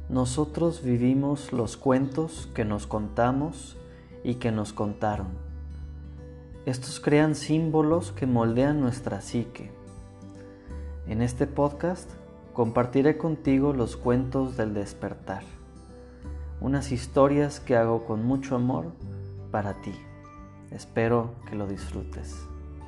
Nosotros vivimos los cuentos que nos contamos y que nos contaron. Estos crean símbolos que moldean nuestra psique. En este podcast compartiré contigo los cuentos del despertar, unas historias que hago con mucho amor para ti. Espero que lo disfrutes.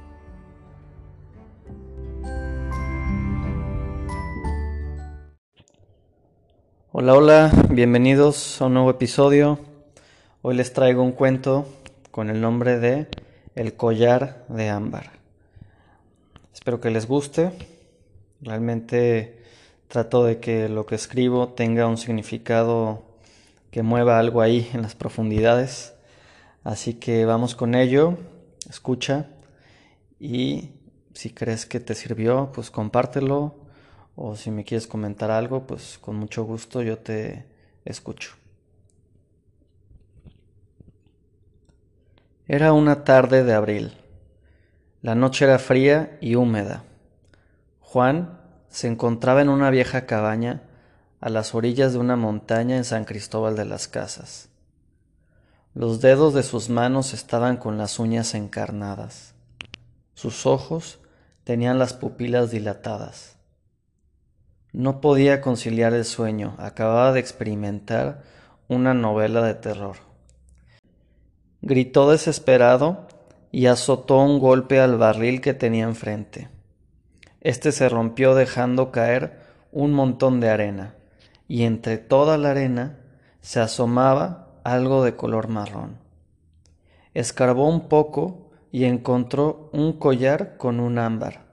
Hola, bienvenidos a un nuevo episodio. Hoy les traigo un cuento con el nombre de El collar de ámbar. Espero que les guste. Realmente trato de que lo que escribo tenga un significado que mueva algo ahí en las profundidades. Así que vamos con ello, escucha y si crees que te sirvió, pues compártelo. O si me quieres comentar algo, pues con mucho gusto yo te escucho. Era una tarde de abril. La noche era fría y húmeda. Juan se encontraba en una vieja cabaña a las orillas de una montaña en San Cristóbal de las Casas. Los dedos de sus manos estaban con las uñas encarnadas. Sus ojos tenían las pupilas dilatadas. No podía conciliar el sueño, acababa de experimentar una novela de terror. Gritó desesperado y azotó un golpe al barril que tenía enfrente. Este se rompió dejando caer un montón de arena, y entre toda la arena se asomaba algo de color marrón. Escarbó un poco y encontró un collar con un ámbar.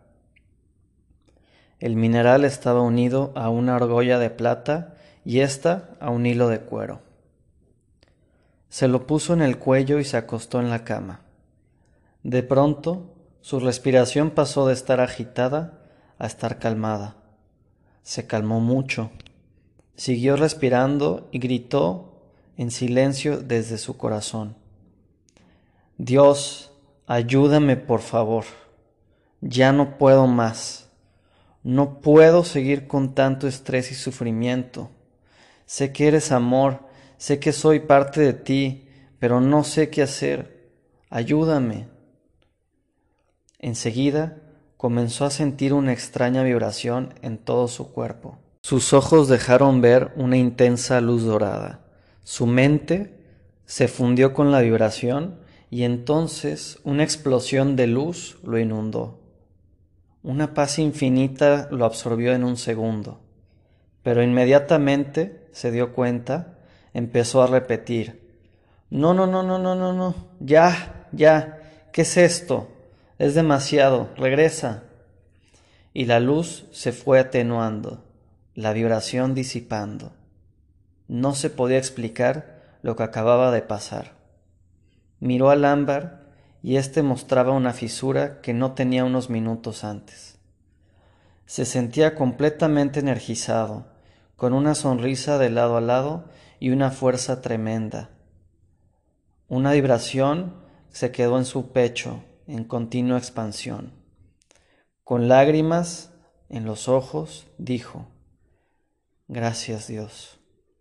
El mineral estaba unido a una argolla de plata y ésta a un hilo de cuero. Se lo puso en el cuello y se acostó en la cama. De pronto, su respiración pasó de estar agitada a estar calmada. Se calmó mucho. Siguió respirando y gritó en silencio desde su corazón: Dios, ayúdame por favor. Ya no puedo más. No puedo seguir con tanto estrés y sufrimiento. Sé que eres amor, sé que soy parte de ti, pero no sé qué hacer. Ayúdame. Enseguida comenzó a sentir una extraña vibración en todo su cuerpo. Sus ojos dejaron ver una intensa luz dorada. Su mente se fundió con la vibración y entonces una explosión de luz lo inundó. Una paz infinita lo absorbió en un segundo, pero inmediatamente se dio cuenta, empezó a repetir: No, ya, ¿qué es esto? Es demasiado, regresa. Y la luz se fue atenuando, la vibración disipando. No se podía explicar lo que acababa de pasar. Miró al ámbar y éste mostraba una fisura que no tenía unos minutos antes. Se sentía completamente energizado, con una sonrisa de lado a lado y una fuerza tremenda. Una vibración se quedó en su pecho, en continua expansión. Con lágrimas en los ojos, dijo: Gracias, Dios.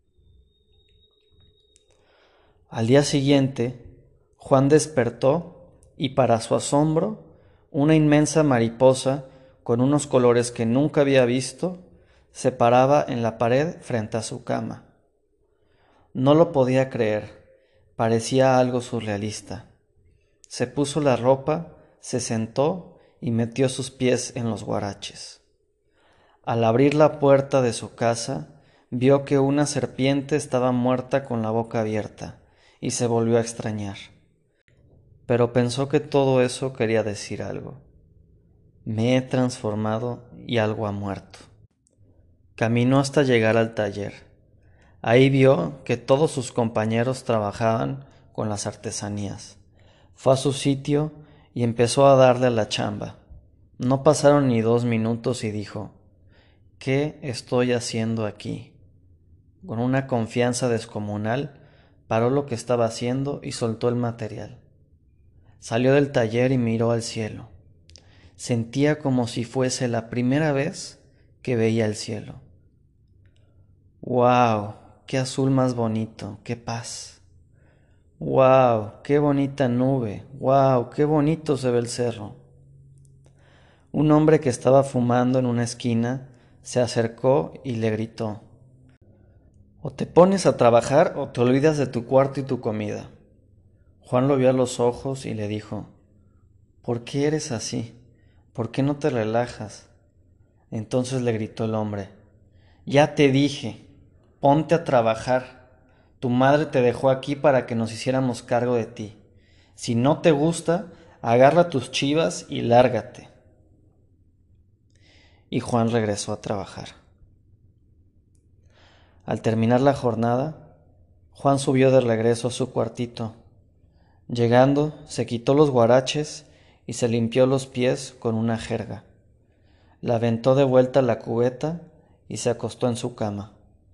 Al día siguiente, Juan despertó y, para su asombro, una inmensa mariposa con unos colores que nunca había visto se paraba en la pared frente a su cama. No lo podía creer, parecía algo surrealista. Se puso la ropa, se sentó y metió sus pies en los guaraches. Al abrir la puerta de su casa, vio que una serpiente estaba muerta con la boca abierta y se volvió a extrañar. Pero pensó que todo eso quería decir algo. Me he transformado y algo ha muerto. Caminó hasta llegar al taller. Ahí vio que todos sus compañeros trabajaban con las artesanías. Fue a su sitio y empezó a darle a la chamba. No pasaron ni 2 minutos y dijo: ¿Qué estoy haciendo aquí? Con una confianza descomunal, paró lo que estaba haciendo y soltó el material. Salió del taller y miró al cielo. Sentía como si fuese la primera vez que veía el cielo. ¡Wow! ¡Qué azul más bonito! ¡Qué paz! ¡Wow! ¡Qué bonita nube! ¡Wow! ¡Qué bonito se ve el cerro! Un hombre que estaba fumando en una esquina se acercó y le gritó: «O te pones a trabajar o te olvidas de tu cuarto y tu comida». Juan lo vio a los ojos y le dijo: «¿Por qué eres así? ¿Por qué no te relajas?». Entonces le gritó el hombre: «Ya te dije, ponte a trabajar. Tu madre te dejó aquí para que nos hiciéramos cargo de ti. Si no te gusta, agarra tus chivas y lárgate». Y Juan regresó a trabajar. Al terminar la jornada, Juan subió de regreso a su cuartito. Llegando, se quitó los guaraches y se limpió los pies con una jerga. La aventó de vuelta a la cubeta y se acostó en su cama.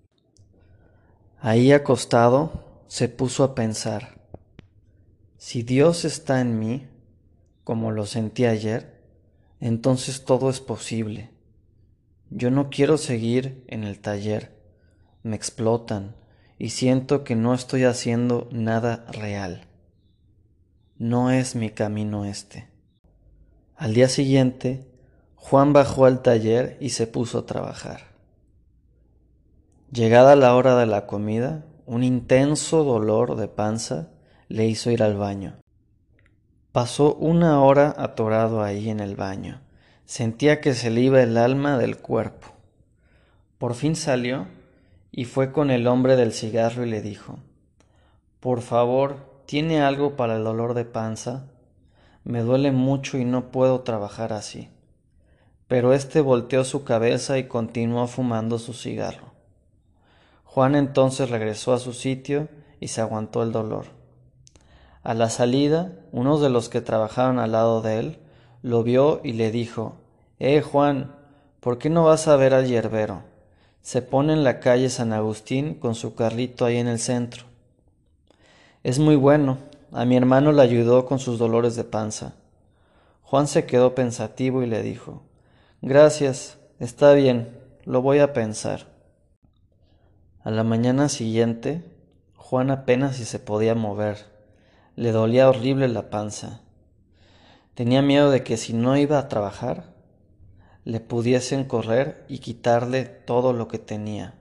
Ahí acostado, se puso a pensar: si Dios está en mí, como lo sentí ayer, entonces todo es posible. Yo no quiero seguir en el taller. Me explotan y siento que no estoy haciendo nada real. No es mi camino este. Al día siguiente, Juan bajó al taller y se puso a trabajar. Llegada la hora de la comida, un intenso dolor de panza le hizo ir al baño. Pasó una hora atorado ahí en el baño. Sentía que se le iba el alma del cuerpo. Por fin salió y fue con el hombre del cigarro y le dijo: «Por favor, ¿tiene algo para el dolor de panza? Me duele mucho y no puedo trabajar así». Pero éste volteó su cabeza y continuó fumando su cigarro. Juan entonces regresó a su sitio y se aguantó el dolor. A la salida, uno de los que trabajaban al lado de él lo vio y le dijo: Juan, ¿por qué no vas a ver al yerbero? Se pone en la calle San Agustín con su carrito ahí en el centro. Es muy bueno, a mi hermano le ayudó con sus dolores de panza». Juan se quedó pensativo y le dijo: «Gracias, está bien, lo voy a pensar». A la mañana siguiente, Juan apenas si se podía mover. Le dolía horrible la panza. Tenía miedo de que si no iba a trabajar, le pudiesen correr y quitarle todo lo que tenía.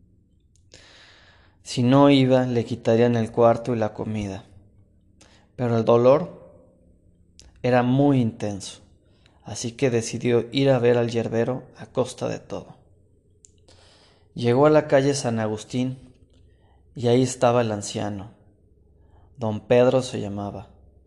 Si no iba, le quitarían el cuarto y la comida. Pero el dolor era muy intenso, así que decidió ir a ver al yerbero a costa de todo. Llegó a la calle San Agustín y ahí estaba el anciano. Don Pedro se llamaba.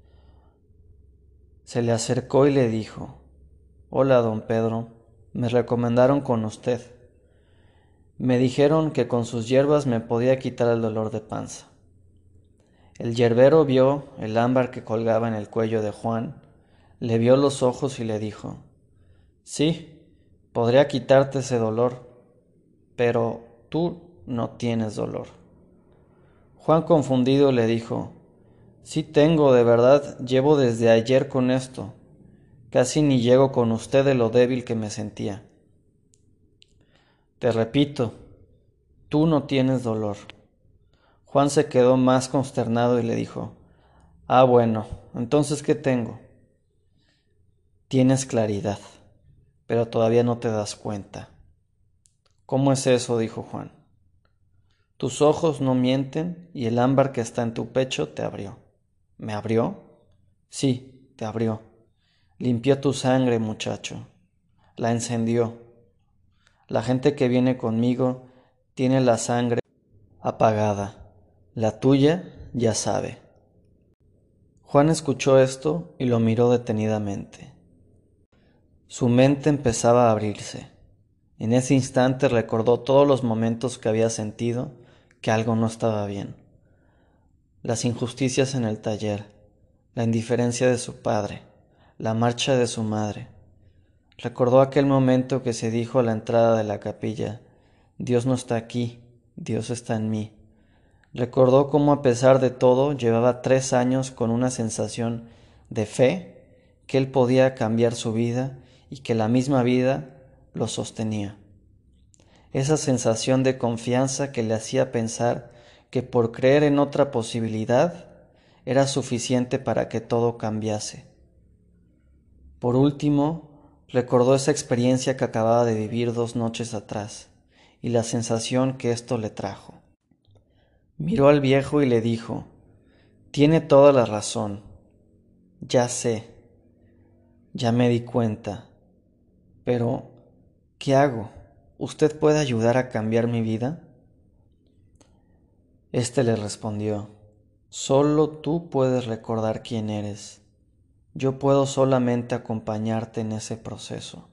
Se le acercó y le dijo: «Hola, don Pedro, me recomendaron con usted. Me dijeron que con sus hierbas me podía quitar el dolor de panza». El yerbero vio el ámbar que colgaba en el cuello de Juan, le vio los ojos y le dijo: «Sí, podría quitarte ese dolor, pero tú no tienes dolor». Juan, confundido, le dijo: «Sí tengo, de verdad, llevo desde ayer con esto. Casi ni llego con usted de lo débil que me sentía». «Te repito, tú no tienes dolor». Juan se quedó más consternado y le dijo: «Ah, bueno, entonces ¿qué tengo?». «Tienes claridad, pero todavía no te das cuenta». «¿Cómo es eso?», dijo Juan. «Tus ojos no mienten y el ámbar que está en tu pecho te abrió». «¿Me abrió?». «Sí, te abrió. Limpió tu sangre, muchacho. La encendió. La gente que viene conmigo tiene la sangre apagada. La tuya ya sabe». Juan escuchó esto y lo miró detenidamente. Su mente empezaba a abrirse. En ese instante recordó todos los momentos que había sentido que algo no estaba bien. Las injusticias en el taller, la indiferencia de su padre, la marcha de su madre. Recordó aquel momento que se dijo a la entrada de la capilla: «Dios no está aquí, Dios está en mí». Recordó cómo, a pesar de todo, llevaba 3 años con una sensación de fe que él podía cambiar su vida y que la misma vida lo sostenía. esa sensación de confianza que le hacía pensar que por creer en otra posibilidad era suficiente para que todo cambiase. Por último, recordó esa experiencia que acababa de vivir 2 noches atrás y la sensación que esto le trajo. Miró al viejo y le dijo: «Tiene toda la razón. Ya sé, ya me di cuenta. Pero, ¿qué hago? ¿Usted puede ayudar a cambiar mi vida?». Este le respondió: «Solo tú puedes recordar quién eres. Yo puedo solamente acompañarte en ese proceso.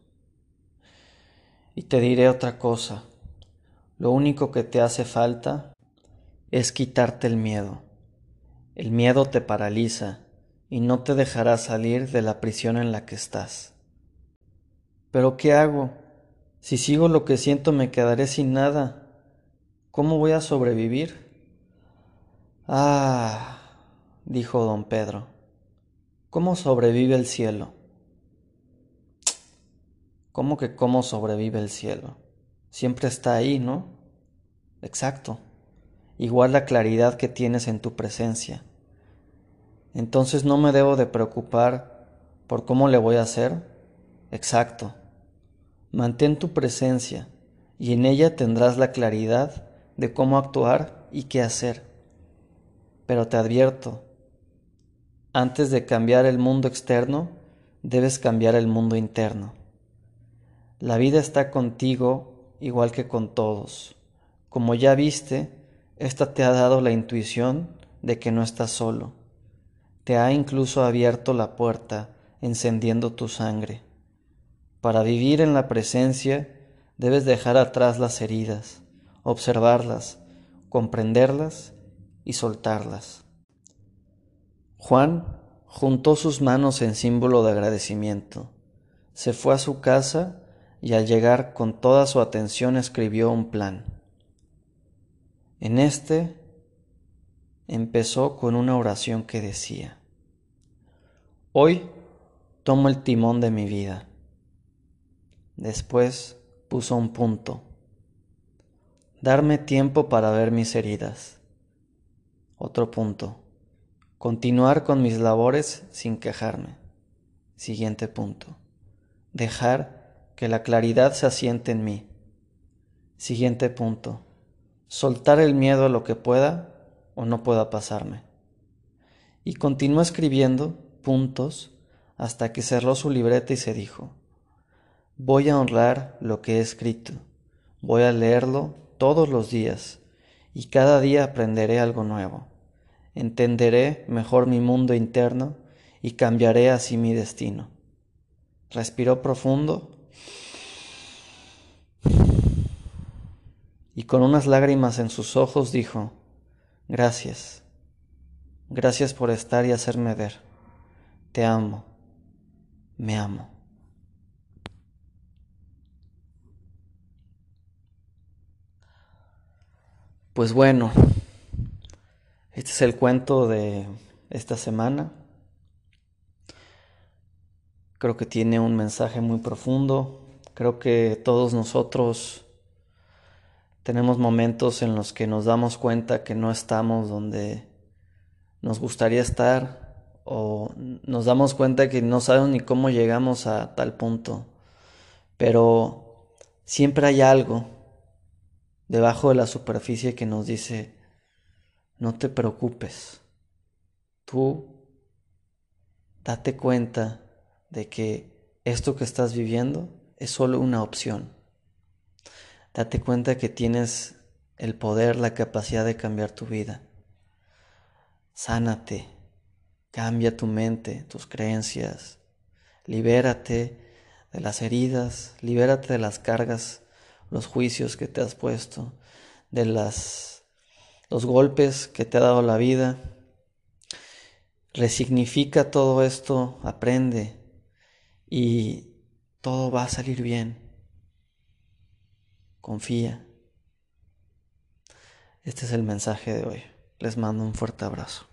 Y te diré otra cosa. Lo único que te hace falta es quitarte el miedo. El miedo te paraliza y no te dejará salir de la prisión en la que estás». «¿Pero qué hago? Si sigo lo que siento me quedaré sin nada. ¿Cómo voy a sobrevivir?». «Ah», dijo don Pedro, «¿cómo sobrevive el cielo?». «¿Cómo que cómo sobrevive el cielo? Siempre está ahí, ¿no?». «Exacto. Igual la claridad que tienes en tu presencia. Entonces no me debo de preocupar por cómo le voy a hacer». «Exacto. Mantén tu presencia y en ella tendrás la claridad de cómo actuar y qué hacer. Pero te advierto, antes de cambiar el mundo externo, debes cambiar el mundo interno. La vida está contigo igual que con todos. Como ya viste, esta te ha dado la intuición de que no estás solo. Te ha incluso abierto la puerta, encendiendo tu sangre. Para vivir en la presencia, debes dejar atrás las heridas, observarlas, comprenderlas y soltarlas». Juan juntó sus manos en símbolo de agradecimiento. Se fue a su casa y al llegar con toda su atención escribió un plan. En este empezó con una oración que decía: «Hoy tomo el timón de mi vida». Después puso un punto. «Darme tiempo para ver mis heridas». Otro punto. «Continuar con mis labores sin quejarme». Siguiente punto. «Dejar que la claridad se asiente en mí». Siguiente punto. «Soltar el miedo a lo que pueda o no pueda pasarme». Y continuó escribiendo puntos hasta que cerró su libreta y se dijo: «Voy a honrar lo que he escrito. Voy a leerlo todos los días y cada día aprenderé algo nuevo. Entenderé mejor mi mundo interno y cambiaré así mi destino». Respiró profundo y con unas lágrimas en sus ojos dijo: «Gracias. Gracias por estar y hacerme ver. Te amo. Me amo». Pues bueno, este es el cuento de esta semana. Creo que tiene un mensaje muy profundo. Creo que todos nosotros tenemos momentos en los que nos damos cuenta que no estamos donde nos gustaría estar, o nos damos cuenta que no sabemos ni cómo llegamos a tal punto. Pero siempre hay algo debajo de la superficie que nos dice: no te preocupes. Tú date cuenta de que esto que estás viviendo es solo una opción. Date cuenta que tienes el poder, la capacidad de cambiar tu vida. Sánate, cambia tu mente, tus creencias, libérate de las heridas, libérate de las cargas, los juicios que te has puesto, de los golpes que te ha dado la vida. Resignifica todo esto, aprende y todo va a salir bien. Confía. Este es el mensaje de hoy. Les mando un fuerte abrazo.